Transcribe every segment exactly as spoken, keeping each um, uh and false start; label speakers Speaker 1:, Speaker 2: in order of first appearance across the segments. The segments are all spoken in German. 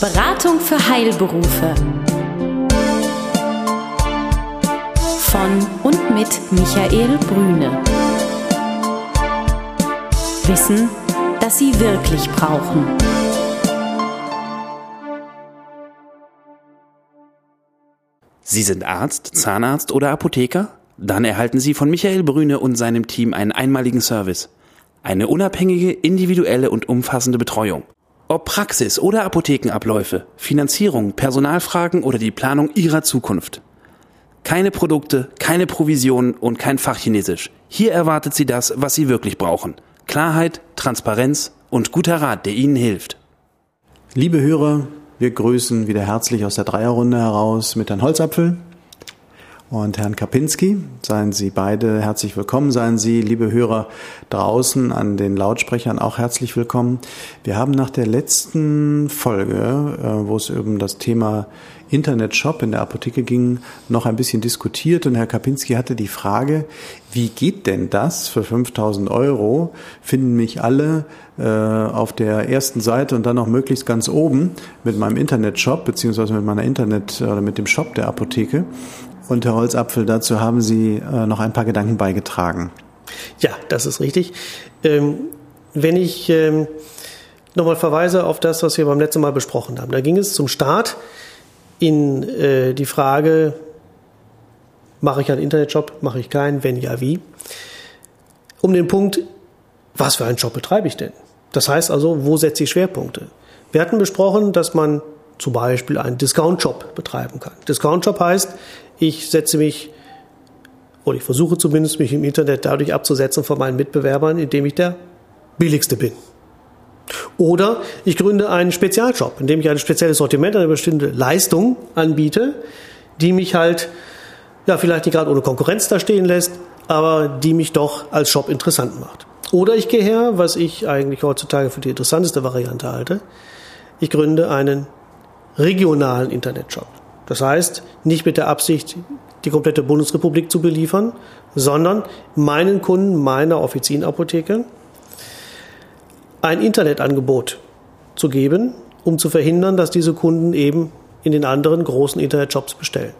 Speaker 1: Beratung für Heilberufe. Von und mit Michael Brüne. Wissen, das Sie wirklich brauchen.
Speaker 2: Sie sind Arzt, Zahnarzt oder Apotheker? Dann erhalten Sie von Michael Brüne und seinem Team einen einmaligen Service. Eine unabhängige, individuelle und umfassende Betreuung. Ob Praxis- oder Apothekenabläufe, Finanzierung, Personalfragen oder die Planung Ihrer Zukunft. Keine Produkte, keine Provisionen und kein Fachchinesisch. Hier erwartet Sie das, was Sie wirklich brauchen. Klarheit, Transparenz und guter Rat, der Ihnen hilft.
Speaker 3: Liebe Hörer, wir grüßen wieder herzlich aus der Dreierrunde heraus mit Herrn Holzapfel und Herrn Kapinski. Seien Sie beide herzlich willkommen. Seien Sie, liebe Hörer draußen an den Lautsprechern, auch herzlich willkommen. Wir haben nach der letzten Folge, wo es um das Thema Internetshop in der Apotheke ging, noch ein bisschen diskutiert und Herr Kapinski hatte die Frage, wie geht denn das für fünftausend Euro? Finden mich alle äh, auf der ersten Seite und dann noch möglichst ganz oben mit meinem Internetshop beziehungsweise mit meiner Internet- oder mit dem Shop der Apotheke. Und Herr Holzapfel, dazu haben Sie äh, noch ein paar Gedanken beigetragen.
Speaker 4: Ja, das ist richtig. Ähm, wenn ich ähm, nochmal verweise auf das, was wir beim letzten Mal besprochen haben, da ging es zum Start in äh, die Frage, mache ich einen Internetshop, mache ich keinen, wenn ja, wie? Um den Punkt, was für einen Shop betreibe ich denn? Das heißt also, wo setze ich Schwerpunkte? Wir hatten besprochen, dass man zum Beispiel einen Discount-Shop betreiben kann. Discount-Shop heißt, ich setze mich, oder ich versuche zumindest, mich im Internet dadurch abzusetzen von meinen Mitbewerbern, indem ich der Billigste bin. Oder ich gründe einen Spezialshop, in dem ich ein spezielles Sortiment, eine bestimmte Leistung anbiete, die mich halt, ja, vielleicht nicht gerade ohne Konkurrenz da stehen lässt, aber die mich doch als Shop interessant macht. Oder ich gehe her, was ich eigentlich heutzutage für die interessanteste Variante halte, ich gründe einen regionalen Internetshop. Das heißt, nicht mit der Absicht, die komplette Bundesrepublik zu beliefern, sondern meinen Kunden meiner Offizienapotheke ein Internetangebot zu geben, um zu verhindern, dass diese Kunden eben in den anderen großen Internetshops bestellen.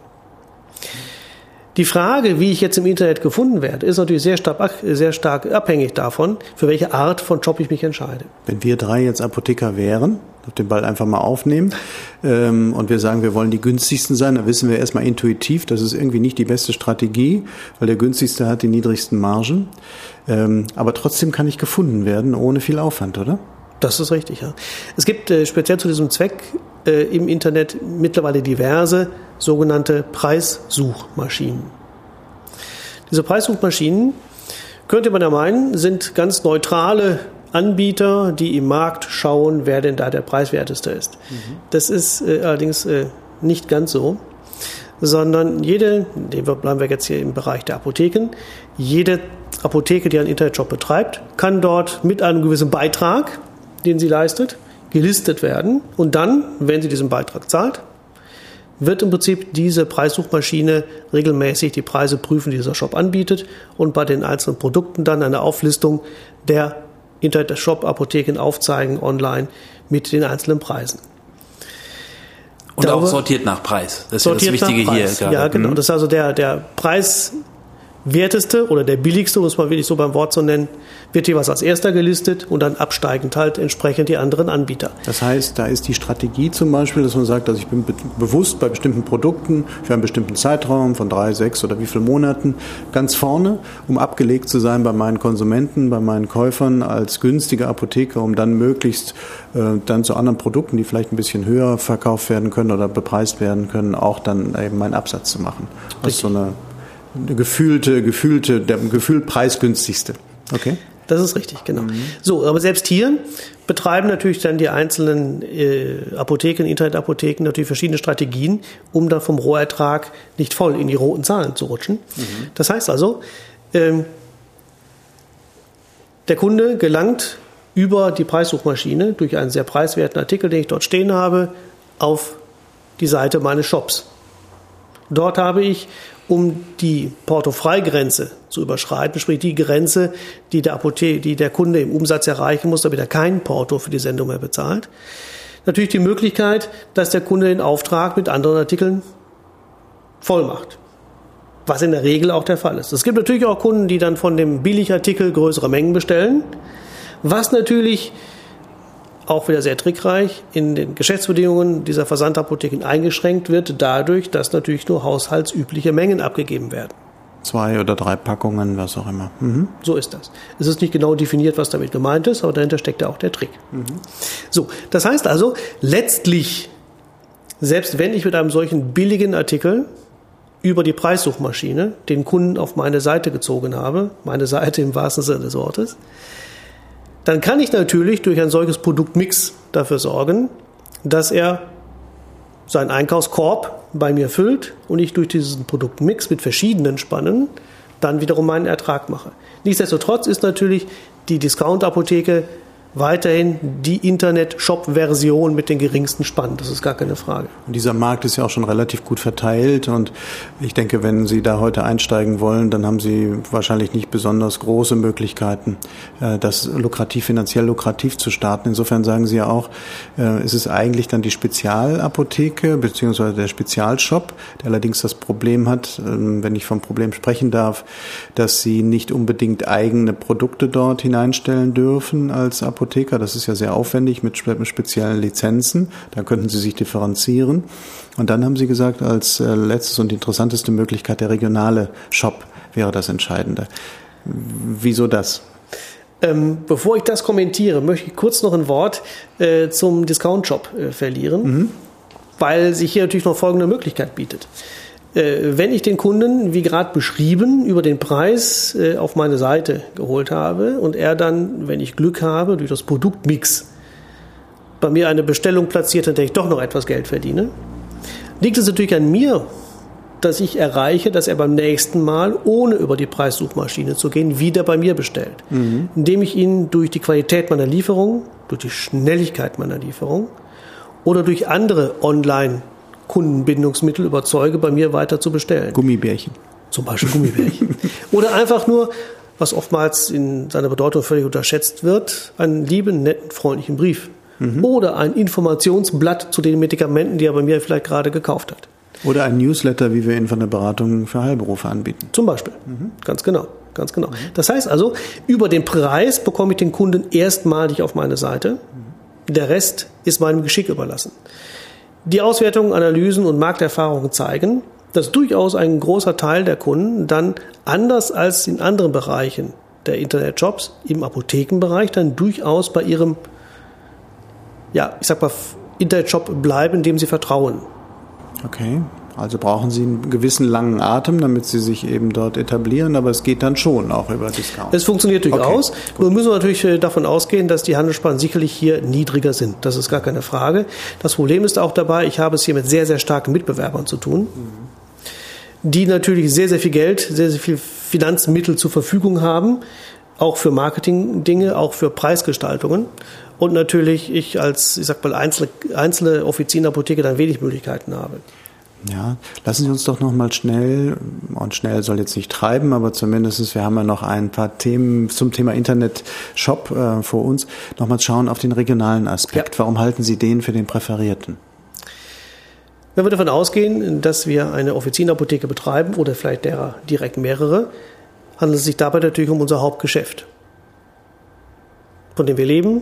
Speaker 4: Die Frage, wie ich jetzt im Internet gefunden werde, ist natürlich sehr stark, sehr stark abhängig davon, für welche Art von Shop ich mich entscheide.
Speaker 3: Wenn wir drei jetzt Apotheker wären, den Ball einfach mal aufnehmen ähm, und wir sagen, wir wollen die günstigsten sein, dann wissen wir erstmal intuitiv, das ist irgendwie nicht die beste Strategie, weil der günstigste hat die niedrigsten Margen. Ähm, aber trotzdem kann ich gefunden werden, ohne viel Aufwand, oder?
Speaker 4: Das ist richtig, ja. Es gibt äh, speziell zu diesem Zweck äh, im Internet mittlerweile diverse sogenannte Preissuchmaschinen. Diese Preissuchmaschinen, könnte man ja meinen, sind ganz neutrale Anbieter, die im Markt schauen, wer denn da der preiswerteste ist. Mhm. Das ist äh, allerdings äh, nicht ganz so, sondern jede, bleiben wir jetzt hier im Bereich der Apotheken, jede Apotheke, die einen Internetshop betreibt, kann dort mit einem gewissen Beitrag, den sie leistet, gelistet werden. Und dann, wenn sie diesen Beitrag zahlt, wird im Prinzip diese Preissuchmaschine regelmäßig die Preise prüfen, die dieser Shop anbietet und bei den einzelnen Produkten dann eine Auflistung der Internet-Shop-Apotheken aufzeigen online mit den einzelnen Preisen.
Speaker 2: Und Darüber, auch sortiert nach Preis. Das ist ja das Wichtige hier gerade.
Speaker 4: Ja, genau. Das ist also der, der preiswerteste oder der billigste, muss man wirklich so beim Wort so nennen, wird jeweils als erster gelistet und dann absteigend halt entsprechend die anderen Anbieter.
Speaker 3: Das heißt, da ist die Strategie zum Beispiel, dass man sagt, also ich bin be- bewusst bei bestimmten Produkten für einen bestimmten Zeitraum von drei, sechs oder wie vielen Monaten ganz vorne, um abgelegt zu sein bei meinen Konsumenten, bei meinen Käufern als günstiger Apotheker, um dann möglichst äh, dann zu anderen Produkten, die vielleicht ein bisschen höher verkauft werden können oder bepreist werden können, auch dann eben meinen Absatz zu machen. Das ist so eine, eine gefühlte, gefühlte, der gefühlt preisgünstigste. Okay.
Speaker 4: Das ist richtig, genau. Mhm. So, aber selbst hier betreiben natürlich dann die einzelnen äh, Apotheken, Internetapotheken natürlich verschiedene Strategien, um dann vom Rohertrag nicht voll in die roten Zahlen zu rutschen. Mhm. Das heißt also, ähm, der Kunde gelangt über die Preissuchmaschine durch einen sehr preiswerten Artikel, den ich dort stehen habe, auf die Seite meines Shops. Dort habe ich, um die Portofreigrenze zu überschreiten, sprich die Grenze, die der Apotheke, die der Kunde im Umsatz erreichen muss, damit er kein Porto für die Sendung mehr bezahlt, natürlich die Möglichkeit, dass der Kunde den Auftrag mit anderen Artikeln voll macht. Was in der Regel auch der Fall ist. Es gibt natürlich auch Kunden, die dann von dem Billigartikel größere Mengen bestellen, was natürlich auch wieder sehr trickreich in den Geschäftsbedingungen dieser Versandapotheken eingeschränkt wird, dadurch, dass natürlich nur haushaltsübliche Mengen abgegeben werden.
Speaker 3: Zwei oder drei Packungen, was auch immer. Mhm.
Speaker 4: So ist das. Es ist nicht genau definiert, was damit gemeint ist, aber dahinter steckt ja auch der Trick. Mhm. So, das heißt also, letztlich, selbst wenn ich mit einem solchen billigen Artikel über die Preissuchmaschine den Kunden auf meine Seite gezogen habe, meine Seite im wahrsten Sinne des Wortes, dann kann ich natürlich durch ein solches Produktmix dafür sorgen, dass er seinen Einkaufskorb bei mir füllt und ich durch diesen Produktmix mit verschiedenen Spannen dann wiederum meinen Ertrag mache. Nichtsdestotrotz ist natürlich die Discount-Apotheke weiterhin die Internet-Shop-Version mit den geringsten Spannen. Das ist gar keine Frage.
Speaker 3: Und dieser Markt ist ja auch schon relativ gut verteilt und ich denke, wenn Sie da heute einsteigen wollen, dann haben Sie wahrscheinlich nicht besonders große Möglichkeiten, das lukrativ, finanziell lukrativ zu starten. Insofern sagen Sie ja auch, es ist eigentlich dann die Spezialapotheke bzw. der Spezialshop, der allerdings das Problem hat, wenn ich vom Problem sprechen darf, dass Sie nicht unbedingt eigene Produkte dort hineinstellen dürfen als Apotheke. Das ist ja sehr aufwendig mit speziellen Lizenzen. Da könnten Sie sich differenzieren. Und dann haben Sie gesagt, als letztes und interessanteste Möglichkeit der regionale Shop wäre das Entscheidende. Wieso das?
Speaker 4: Ähm, bevor ich das kommentiere, möchte ich kurz noch ein Wort äh, zum Discount-Shop äh, verlieren, mhm. weil sich hier natürlich noch folgende Möglichkeit bietet. Wenn ich den Kunden, wie gerade beschrieben, über den Preis auf meine Seite geholt habe und er dann, wenn ich Glück habe, durch das Produktmix bei mir eine Bestellung platziert, in der ich doch noch etwas Geld verdiene, liegt es natürlich an mir, dass ich erreiche, dass er beim nächsten Mal, ohne über die Preissuchmaschine zu gehen, wieder bei mir bestellt. Mhm. Indem ich ihn durch die Qualität meiner Lieferung, durch die Schnelligkeit meiner Lieferung oder durch andere Online- Kundenbindungsmittel überzeuge, bei mir weiter zu bestellen.
Speaker 3: Gummibärchen.
Speaker 4: Zum Beispiel Gummibärchen. Oder einfach nur, was oftmals in seiner Bedeutung völlig unterschätzt wird, einen lieben, netten, freundlichen Brief. Mhm. Oder ein Informationsblatt zu den Medikamenten, die er bei mir vielleicht gerade gekauft hat.
Speaker 3: Oder ein Newsletter, wie wir ihn von der Beratung für Heilberufe anbieten.
Speaker 4: Zum Beispiel. Mhm. Ganz genau. Ganz genau. Mhm. Das heißt also, über den Preis bekomme ich den Kunden erstmalig auf meine Seite. Mhm. Der Rest ist meinem Geschick überlassen. Die Auswertungen, Analysen und Markterfahrungen zeigen, dass durchaus ein großer Teil der Kunden dann anders als in anderen Bereichen der Internetshops im Apothekenbereich dann durchaus bei ihrem, ja, ich sag mal, Internetshop bleiben, dem sie vertrauen.
Speaker 3: Okay, also brauchen Sie einen gewissen langen Atem, damit Sie sich eben dort etablieren, aber es geht dann schon auch über Discount.
Speaker 4: Es funktioniert durchaus. Okay, nur müssen wir natürlich davon ausgehen, dass die Handelsspannen sicherlich hier niedriger sind. Das ist gar keine Frage. Das Problem ist auch dabei, ich habe es hier mit sehr, sehr starken Mitbewerbern zu tun, mhm. die natürlich sehr, sehr viel Geld, sehr, sehr viel Finanzmittel zur Verfügung haben, auch für Marketing-Dinge, auch für Preisgestaltungen. Und natürlich ich als, ich sag mal, einzelne, einzelne Offizienapotheke dann wenig Möglichkeiten habe.
Speaker 3: Ja, lassen Sie uns doch noch mal schnell, und schnell soll jetzt nicht treiben, aber zumindest, wir haben ja noch ein paar Themen zum Thema Internet-Shop äh, vor uns, noch mal schauen auf den regionalen Aspekt. Ja. Warum halten Sie den für den präferierten?
Speaker 4: Wenn wir davon ausgehen, dass wir eine Offizienapotheke betreiben oder vielleicht derer direkt mehrere, handelt es sich dabei natürlich um unser Hauptgeschäft, von dem wir leben,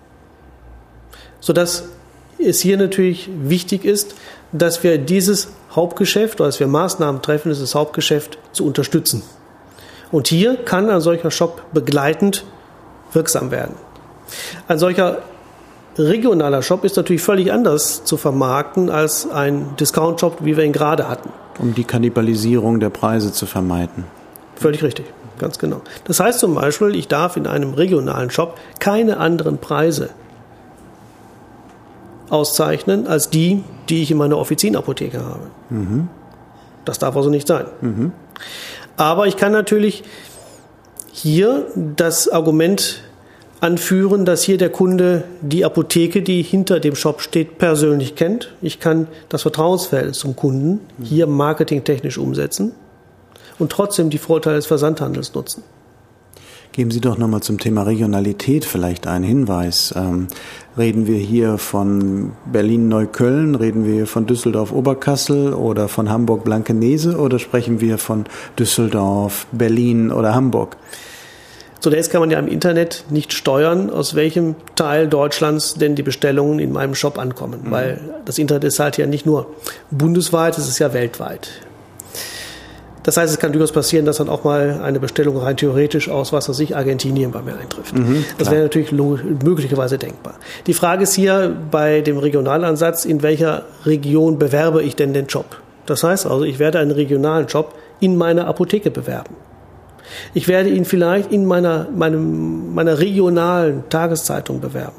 Speaker 4: sodass es hier natürlich wichtig ist, dass wir dieses Hauptgeschäft oder dass wir Maßnahmen treffen, dieses Hauptgeschäft zu unterstützen. Und hier kann ein solcher Shop begleitend wirksam werden. Ein solcher regionaler Shop ist natürlich völlig anders zu vermarkten als ein Discount-Shop, wie wir ihn gerade hatten.
Speaker 3: Um die Kannibalisierung der Preise zu vermeiden.
Speaker 4: Völlig richtig, ganz genau. Das heißt zum Beispiel, ich darf in einem regionalen Shop keine anderen Preise auszeichnen als die, die ich in meiner Offizienapotheke habe. Mhm. Das darf also nicht sein. Mhm. Aber ich kann natürlich hier das Argument anführen, dass hier der Kunde die Apotheke, die hinter dem Shop steht, persönlich kennt. Ich kann das Vertrauensverhältnis zum Kunden hier marketingtechnisch umsetzen und trotzdem die Vorteile des Versandhandels nutzen.
Speaker 3: Geben Sie doch nochmal zum Thema Regionalität vielleicht einen Hinweis. Ähm, reden wir hier von Berlin-Neukölln, reden wir von Düsseldorf-Oberkassel oder von Hamburg-Blankenese oder sprechen wir von Düsseldorf, Berlin oder Hamburg?
Speaker 4: Zunächst kann man ja im Internet nicht steuern, aus welchem Teil Deutschlands denn die Bestellungen in meinem Shop ankommen, mhm. weil das Internet ist halt ja nicht nur bundesweit, es ist ja weltweit. Das heißt, es kann durchaus passieren, dass dann auch mal eine Bestellung rein theoretisch aus, was weiß ich, Argentinien bei mir eintrifft. Mhm, das wäre natürlich möglicherweise denkbar. Die Frage ist hier bei dem Regionalansatz, in welcher Region bewerbe ich denn den Job? Das heißt also, ich werde einen regionalen Job in meiner Apotheke bewerben. Ich werde ihn vielleicht in meiner, meinem, meiner regionalen Tageszeitung bewerben.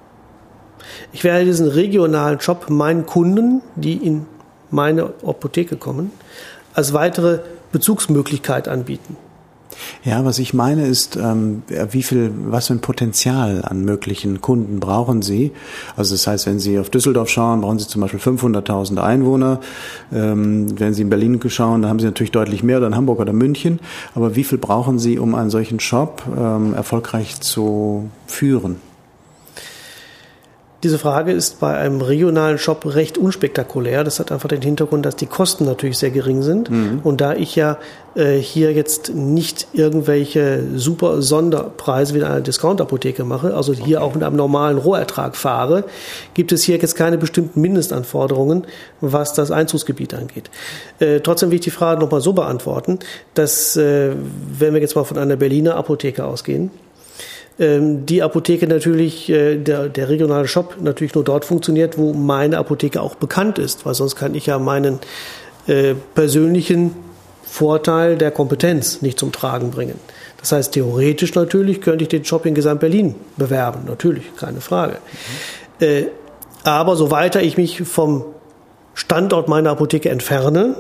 Speaker 4: Ich werde diesen regionalen Job meinen Kunden, die in meine Apotheke kommen, als weitere Bezugsmöglichkeit anbieten.
Speaker 3: Ja, was ich meine ist, ähm, wie viel, was für ein Potenzial an möglichen Kunden brauchen Sie? Also das heißt, wenn Sie auf Düsseldorf schauen, brauchen Sie zum Beispiel fünfhunderttausend Einwohner. Ähm, wenn Sie in Berlin schauen, dann haben Sie natürlich deutlich mehr, oder in Hamburg oder München. Aber wie viel brauchen Sie, um einen solchen Shop ähm, erfolgreich zu führen?
Speaker 4: Diese Frage ist bei einem regionalen Shop recht unspektakulär. Das hat einfach den Hintergrund, dass die Kosten natürlich sehr gering sind. Mhm. Und da ich ja äh, hier jetzt nicht irgendwelche super Sonderpreise wie in einer Discount-Apotheke mache, also hier auch mit einem normalen Rohertrag fahre, gibt es hier jetzt keine bestimmten Mindestanforderungen, was das Einzugsgebiet angeht. Äh, trotzdem will ich die Frage nochmal so beantworten, dass, äh, wenn wir jetzt mal von einer Berliner Apotheke ausgehen, die Apotheke natürlich, der, der regionale Shop natürlich nur dort funktioniert, wo meine Apotheke auch bekannt ist, weil sonst kann ich ja meinen äh, persönlichen Vorteil der Kompetenz nicht zum Tragen bringen. Das heißt, theoretisch natürlich könnte ich den Shop in Gesamt-Berlin bewerben, natürlich, keine Frage. Mhm. Äh, aber so weiter ich mich vom Standort meiner Apotheke entferne,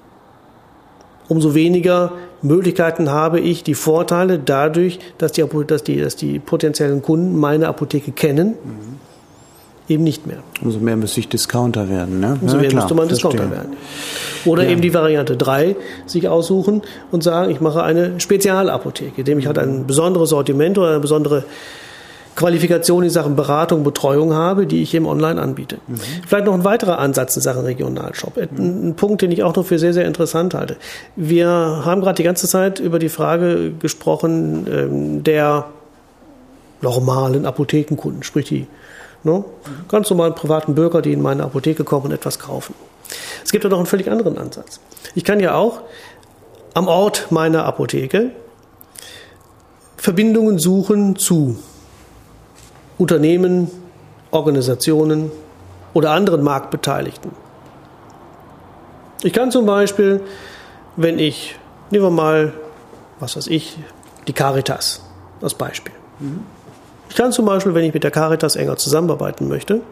Speaker 4: umso weniger Möglichkeiten habe ich, die Vorteile dadurch, dass die, dass die, dass die potenziellen Kunden meine Apotheke kennen, mhm. eben nicht mehr.
Speaker 3: Umso mehr müsste ich Discounter werden. Ne?
Speaker 4: Umso
Speaker 3: ja,
Speaker 4: mehr
Speaker 3: klar,
Speaker 4: müsste man Discounter
Speaker 3: verstehe.
Speaker 4: werden. Oder ja. eben die Variante drei sich aussuchen und sagen, ich mache eine Spezialapotheke, indem ich halt ein besonderes Sortiment oder eine besondere Qualifikation in Sachen Beratung, Betreuung habe, die ich eben online anbiete. Mhm. Vielleicht noch ein weiterer Ansatz in Sachen Regionalshop. Ein, ein Punkt, den ich auch noch für sehr, sehr interessant halte. Wir haben gerade die ganze Zeit über die Frage gesprochen ähm, der normalen Apothekenkunden, sprich die ne, ganz normalen privaten Bürger, die in meine Apotheke kommen und etwas kaufen. Es gibt ja noch einen völlig anderen Ansatz. Ich kann ja auch am Ort meiner Apotheke Verbindungen suchen zu Unternehmen, Organisationen oder anderen Marktbeteiligten. Ich kann zum Beispiel, wenn ich, nehmen wir mal, was weiß ich, die Caritas als Beispiel. Mhm. Ich kann zum Beispiel, wenn ich mit der Caritas enger zusammenarbeiten möchte,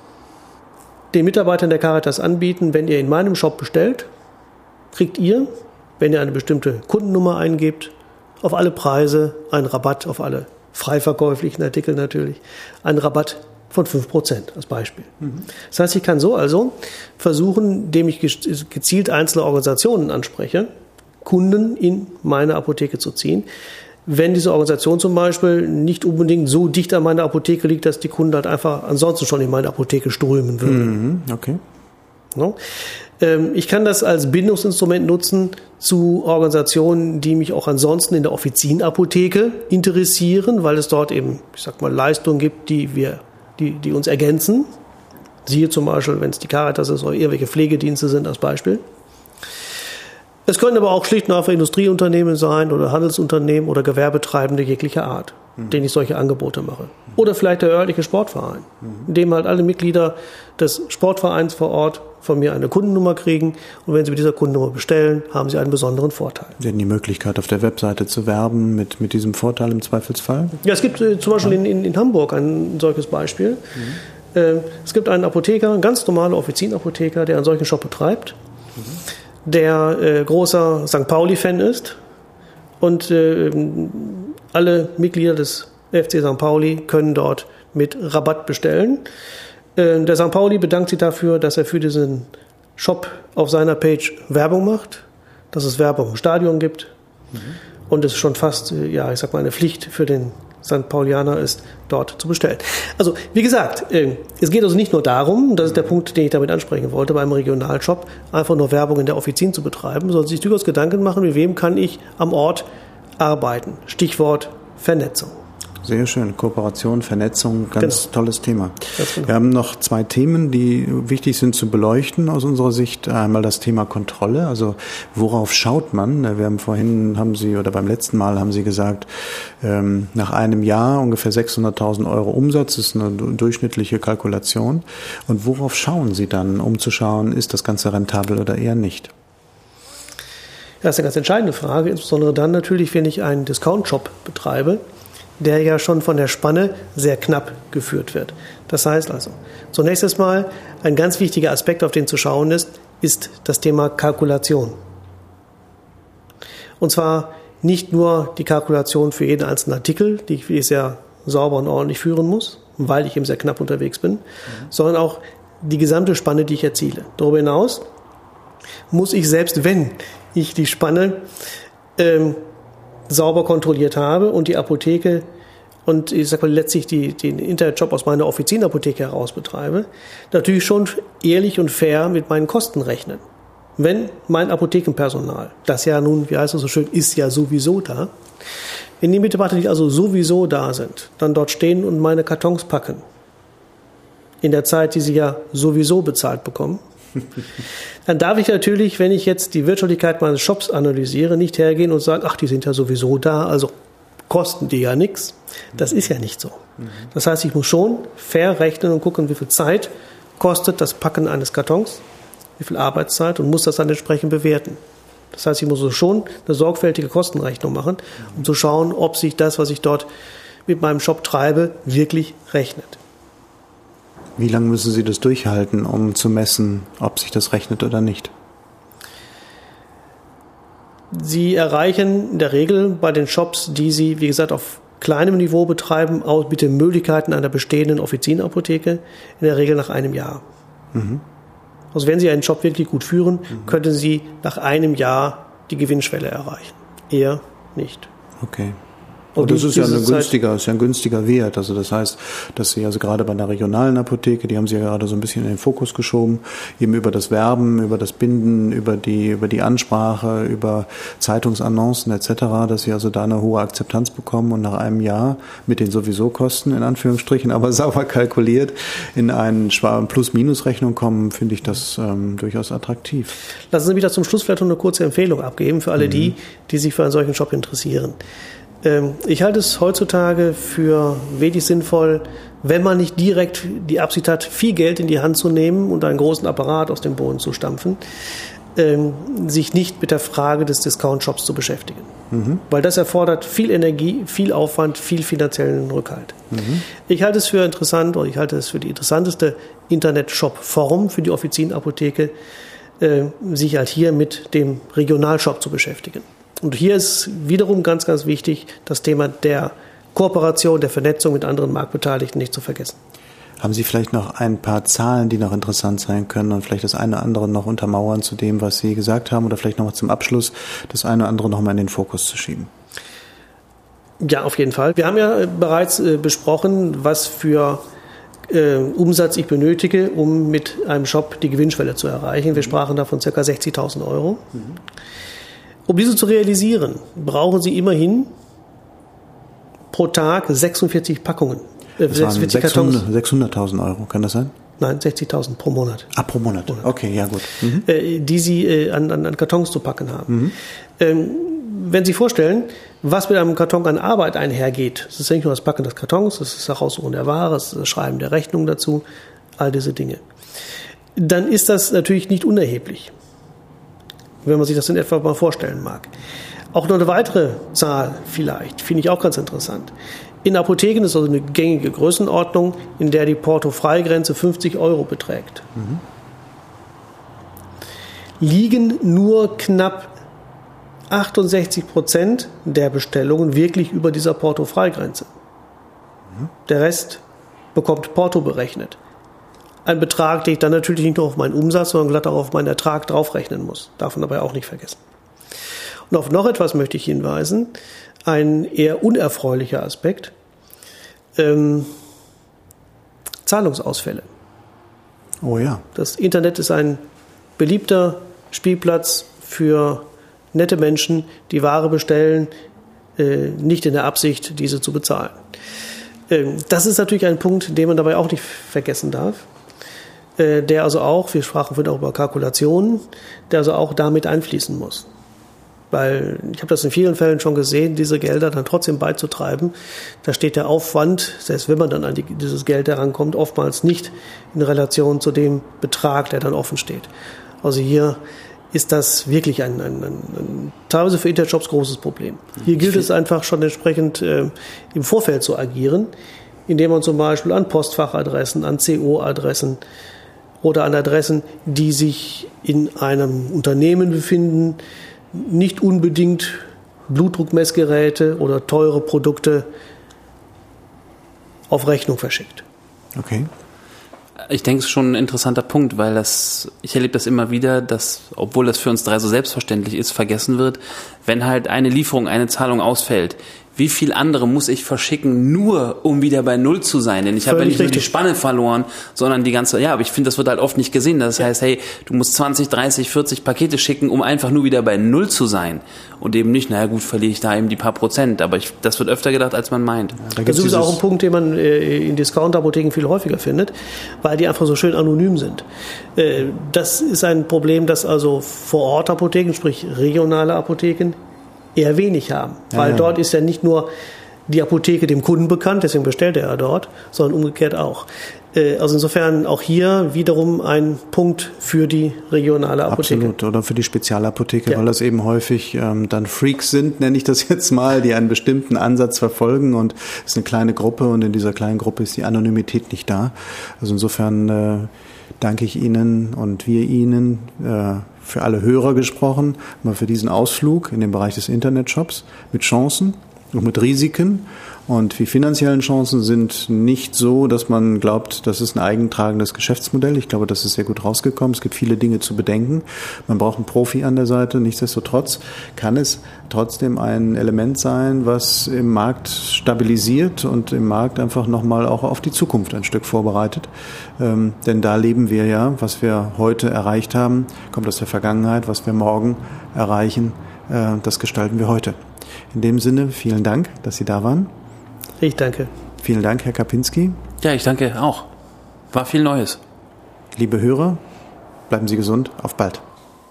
Speaker 4: den Mitarbeitern der Caritas anbieten, wenn ihr in meinem Shop bestellt, kriegt ihr, wenn ihr eine bestimmte Kundennummer eingebt, auf alle Preise einen Rabatt, auf alle frei verkäuflichen Artikel natürlich, einen Rabatt von fünf Prozent als Beispiel. Mhm. Das heißt, ich kann so also versuchen, indem ich gezielt einzelne Organisationen anspreche, Kunden in meine Apotheke zu ziehen, wenn diese Organisation zum Beispiel nicht unbedingt so dicht an meiner Apotheke liegt, dass die Kunden halt einfach ansonsten schon in meine Apotheke strömen würden.
Speaker 3: Mhm. Okay.
Speaker 4: No? Ich kann das als Bindungsinstrument nutzen zu Organisationen, die mich auch ansonsten in der Offizienapotheke interessieren, weil es dort eben, ich sag mal, Leistungen gibt, die wir, die, die uns ergänzen. Siehe zum Beispiel, wenn es die Caritas ist oder irgendwelche Pflegedienste sind als Beispiel. Es können aber auch schlicht und einfach Industrieunternehmen sein oder Handelsunternehmen oder Gewerbetreibende jeglicher Art, mhm. denen ich solche Angebote mache. Oder vielleicht der örtliche Sportverein, mhm. in dem halt alle Mitglieder des Sportvereins vor Ort von mir eine Kundennummer kriegen und wenn sie mit dieser Kundennummer bestellen, haben sie einen besonderen Vorteil.
Speaker 3: Sie haben die Möglichkeit, auf der Webseite zu werben mit, mit diesem Vorteil im Zweifelsfall?
Speaker 4: Ja, es gibt äh, zum Beispiel ja. in, in, in Hamburg ein solches Beispiel. Mhm. Äh, es gibt einen Apotheker, einen ganz normalen Offizienapotheker, der einen solchen Shop betreibt, mhm. der äh, großer Sankt Pauli-Fan ist und äh, alle Mitglieder des F C Sankt Pauli können dort mit Rabatt bestellen. Der Sankt Pauli bedankt sich dafür, dass er für diesen Shop auf seiner Page Werbung macht, dass es Werbung im Stadion gibt. Mhm. und es schon fast, ja, ich sag mal, eine Pflicht für den Sankt Paulianer ist, dort zu bestellen. Also, wie gesagt, es geht also nicht nur darum, das ist der Punkt, den ich damit ansprechen wollte, beim Regionalshop einfach nur Werbung in der Offizin zu betreiben, sondern sich durchaus Gedanken machen, mit wem kann ich am Ort arbeiten. Stichwort Vernetzung.
Speaker 3: Sehr schön. Kooperation, Vernetzung, ganz genau. Tolles Thema.
Speaker 4: Genau.
Speaker 3: Wir haben noch zwei Themen, die wichtig sind zu beleuchten aus unserer Sicht. Einmal das Thema Kontrolle, also worauf schaut man? Wir haben vorhin, haben Sie, oder beim letzten Mal haben Sie gesagt, ähm, nach einem Jahr ungefähr sechshunderttausend Euro Umsatz, das ist eine durchschnittliche Kalkulation. Und worauf schauen Sie dann, um zu schauen, ist das Ganze rentabel oder eher nicht?
Speaker 4: Das ist eine ganz entscheidende Frage, insbesondere dann natürlich, wenn ich einen Discount-Shop betreibe, der ja schon von der Spanne sehr knapp geführt wird. Das heißt also, zunächst einmal ein ganz wichtiger Aspekt, auf den zu schauen ist, ist das Thema Kalkulation. Und zwar nicht nur die Kalkulation für jeden einzelnen Artikel, die ich sehr sauber und ordentlich führen muss, weil ich eben sehr knapp unterwegs bin, mhm. sondern auch die gesamte Spanne, die ich erziele. Darüber hinaus muss ich, selbst wenn ich die Spanne ähm, sauber kontrolliert habe und die Apotheke und ich sag mal letztlich die, den Internetshop aus meiner Offizienapotheke heraus betreibe, natürlich schon ehrlich und fair mit meinen Kosten rechnen. Wenn mein Apothekenpersonal, das ja nun, wie heißt es so schön, ist ja sowieso da, wenn die Mitarbeiter, die also sowieso da sind, dann dort stehen und meine Kartons packen, in der Zeit, die sie ja sowieso bezahlt bekommen, dann darf ich natürlich, wenn ich jetzt die Wirtschaftlichkeit meines Shops analysiere, nicht hergehen und sagen, ach, die sind ja sowieso da, also kosten die ja nichts. Das ist ja nicht so. Das heißt, ich muss schon fair rechnen und gucken, wie viel Zeit kostet das Packen eines Kartons, wie viel Arbeitszeit, und muss das dann entsprechend bewerten. Das heißt, ich muss also schon eine sorgfältige Kostenrechnung machen, um zu schauen, ob sich das, was ich dort mit meinem Shop treibe, wirklich rechnet.
Speaker 3: Wie lange müssen Sie das durchhalten, um zu messen, ob sich das rechnet oder nicht?
Speaker 4: Sie erreichen in der Regel bei den Shops, die Sie, wie gesagt, auf kleinem Niveau betreiben, auch mit den Möglichkeiten einer bestehenden Offizienapotheke, in der Regel nach einem Jahr. Mhm. Also wenn Sie einen Shop wirklich gut führen, mhm. könnten Sie nach einem Jahr die Gewinnschwelle erreichen. Eher nicht.
Speaker 3: Okay. Und das ist ja, ein günstiger, ist ja ein günstiger Wert. Also das heißt, dass Sie also gerade bei einer regionalen Apotheke, die haben Sie ja gerade so ein bisschen in den Fokus geschoben, eben über das Werben, über das Binden, über die, über die Ansprache, über Zeitungsannoncen et cetera, dass Sie also da eine hohe Akzeptanz bekommen und nach einem Jahr mit den sowieso Kosten, in Anführungsstrichen, aber sauber kalkuliert, in eine Plus-Minus-Rechnung kommen, finde ich das ähm, durchaus attraktiv.
Speaker 4: Lassen Sie mich da zum Schluss vielleicht noch eine kurze Empfehlung abgeben für alle mhm. die, die sich für einen solchen Shop interessieren. Ich halte es heutzutage für wenig sinnvoll, wenn man nicht direkt die Absicht hat, viel Geld in die Hand zu nehmen und einen großen Apparat aus dem Boden zu stampfen, sich nicht mit der Frage des Discount-Shops zu beschäftigen. Mhm. Weil das erfordert viel Energie, viel Aufwand, viel finanziellen Rückhalt. Mhm. Ich halte es für interessant, oder ich halte es für die interessanteste Internet-Shop-Form für die Offizienapotheke, sich halt hier mit dem Regionalshop zu beschäftigen. Und hier ist wiederum ganz, ganz wichtig, das Thema der Kooperation, der Vernetzung mit anderen Marktbeteiligten nicht zu vergessen.
Speaker 3: Haben Sie vielleicht noch ein paar Zahlen, die noch interessant sein können und vielleicht das eine oder andere noch untermauern zu dem, was Sie gesagt haben, oder vielleicht noch mal zum Abschluss das eine oder andere noch mal in den Fokus zu schieben?
Speaker 4: Ja, auf jeden Fall. Wir haben ja bereits äh, besprochen, was für äh, Umsatz ich benötige, um mit einem Shop die Gewinnschwelle zu erreichen. Wir sprachen da von ca. sechzigtausend Euro. Mhm. Um diese zu realisieren, brauchen Sie immerhin pro Tag sechsundvierzig Packungen.
Speaker 3: Äh, sechshundert, sechshunderttausend Euro, kann das sein?
Speaker 4: Nein, sechzigtausend pro Monat.
Speaker 3: Ah, pro Monat. Monat. Okay, ja gut. Mhm.
Speaker 4: Äh, die Sie äh, an, an, an Kartons zu packen haben. Mhm. Ähm, wenn Sie vorstellen, was mit einem Karton an Arbeit einhergeht, das ist nicht nur das Packen des Kartons, das ist das Heraussuchen der Ware, das ist das Schreiben der Rechnung dazu, all diese Dinge, dann ist das natürlich nicht unerheblich, wenn man sich das in etwa mal vorstellen mag. Auch noch eine weitere Zahl vielleicht, finde ich auch ganz interessant. In Apotheken ist also eine gängige Größenordnung, in der die Porto-Freigrenze fünfzig Euro beträgt. Mhm. Liegen nur knapp achtundsechzig Prozent der Bestellungen wirklich über dieser Porto-Freigrenze. Mhm. Der Rest bekommt Porto berechnet. Ein Betrag, den ich dann natürlich nicht nur auf meinen Umsatz, sondern glatt auch auf meinen Ertrag draufrechnen muss. Darf man dabei auch nicht vergessen. Und auf noch etwas möchte ich hinweisen, ein eher unerfreulicher Aspekt, ähm, Zahlungsausfälle.
Speaker 3: Oh ja.
Speaker 4: Das Internet ist ein beliebter Spielplatz für nette Menschen, die Ware bestellen, äh, nicht in der Absicht, diese zu bezahlen. Ähm, das ist natürlich ein Punkt, den man dabei auch nicht vergessen darf, äh, der also auch, wir sprachen vorhin auch über Kalkulationen, der also auch damit einfließen muss. Weil ich habe das in vielen Fällen schon gesehen, diese Gelder dann trotzdem beizutreiben. Da steht der Aufwand, selbst wenn man dann an die, dieses Geld herankommt, oftmals nicht in Relation zu dem Betrag, der dann offen steht. Also hier ist das wirklich ein, ein, ein, ein teilweise für Internetshops großes Problem. Hier gilt es einfach schon entsprechend äh, im Vorfeld zu agieren, indem man zum Beispiel an Postfachadressen, an C O-Adressen oder an Adressen, die sich in einem Unternehmen befinden, nicht unbedingt Blutdruckmessgeräte oder teure Produkte auf Rechnung verschickt.
Speaker 3: Okay.
Speaker 2: Ich denke, es ist schon ein interessanter Punkt, weil das, ich erlebe das immer wieder, dass, obwohl das für uns drei so selbstverständlich ist, vergessen wird, wenn halt eine Lieferung, eine Zahlung ausfällt. Wie viel andere muss ich verschicken, nur um wieder bei Null zu sein? Denn ich habe ja nicht nur die Spanne verloren, sondern die ganze, ja, aber ich finde, das wird halt oft nicht gesehen. Das heißt, hey, du musst zwanzig, dreißig, vierzig Pakete schicken, um einfach nur wieder bei Null zu sein. Und eben nicht, naja gut, verliere ich da eben die paar Prozent. Aber ich, das wird öfter gedacht, als man meint.
Speaker 3: Ja, da
Speaker 4: das ist auch ein Punkt, den man in Discount-Apotheken viel häufiger findet, weil die einfach so schön anonym sind. Das ist ein Problem, das also Vor-Ort-Apotheken, sprich regionale Apotheken, eher wenig haben. Ja, weil ja. dort ist ja nicht nur die Apotheke dem Kunden bekannt, deswegen bestellt er ja dort, sondern umgekehrt auch. Also insofern auch hier wiederum ein Punkt für die regionale Apotheke.
Speaker 3: Absolut, oder für die Spezialapotheke, ja. weil das eben häufig ähm, dann Freaks sind, nenne ich das jetzt mal, die einen bestimmten Ansatz verfolgen und es ist eine kleine Gruppe und in dieser kleinen Gruppe ist die Anonymität nicht da. Also insofern äh, danke ich Ihnen und wir Ihnen äh, für alle Hörer gesprochen, mal für diesen Ausflug in den Bereich des Internetshops mit Chancen und mit Risiken. Und die finanziellen Chancen sind nicht so, dass man glaubt, das ist ein eigentragendes Geschäftsmodell. Ich glaube, das ist sehr gut rausgekommen. Es gibt viele Dinge zu bedenken. Man braucht einen Profi an der Seite. Nichtsdestotrotz kann es trotzdem ein Element sein, was im Markt stabilisiert und im Markt einfach nochmal auch auf die Zukunft ein Stück vorbereitet. Ähm, denn da leben wir ja, was wir heute erreicht haben, kommt aus der Vergangenheit. Was wir morgen erreichen, äh, das gestalten wir heute. In dem Sinne, vielen Dank, dass Sie da waren.
Speaker 4: Ich danke.
Speaker 3: Vielen Dank, Herr Kapinski.
Speaker 2: Ja, ich danke auch. War viel Neues.
Speaker 3: Liebe Hörer, bleiben Sie gesund. Auf bald.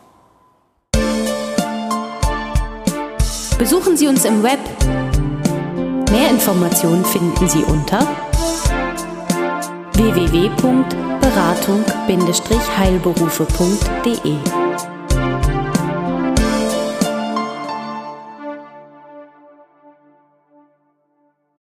Speaker 1: Besuchen Sie uns im Web. Mehr Informationen finden Sie unter w w w punkt beratung Bindestrich heilberufe punkt de.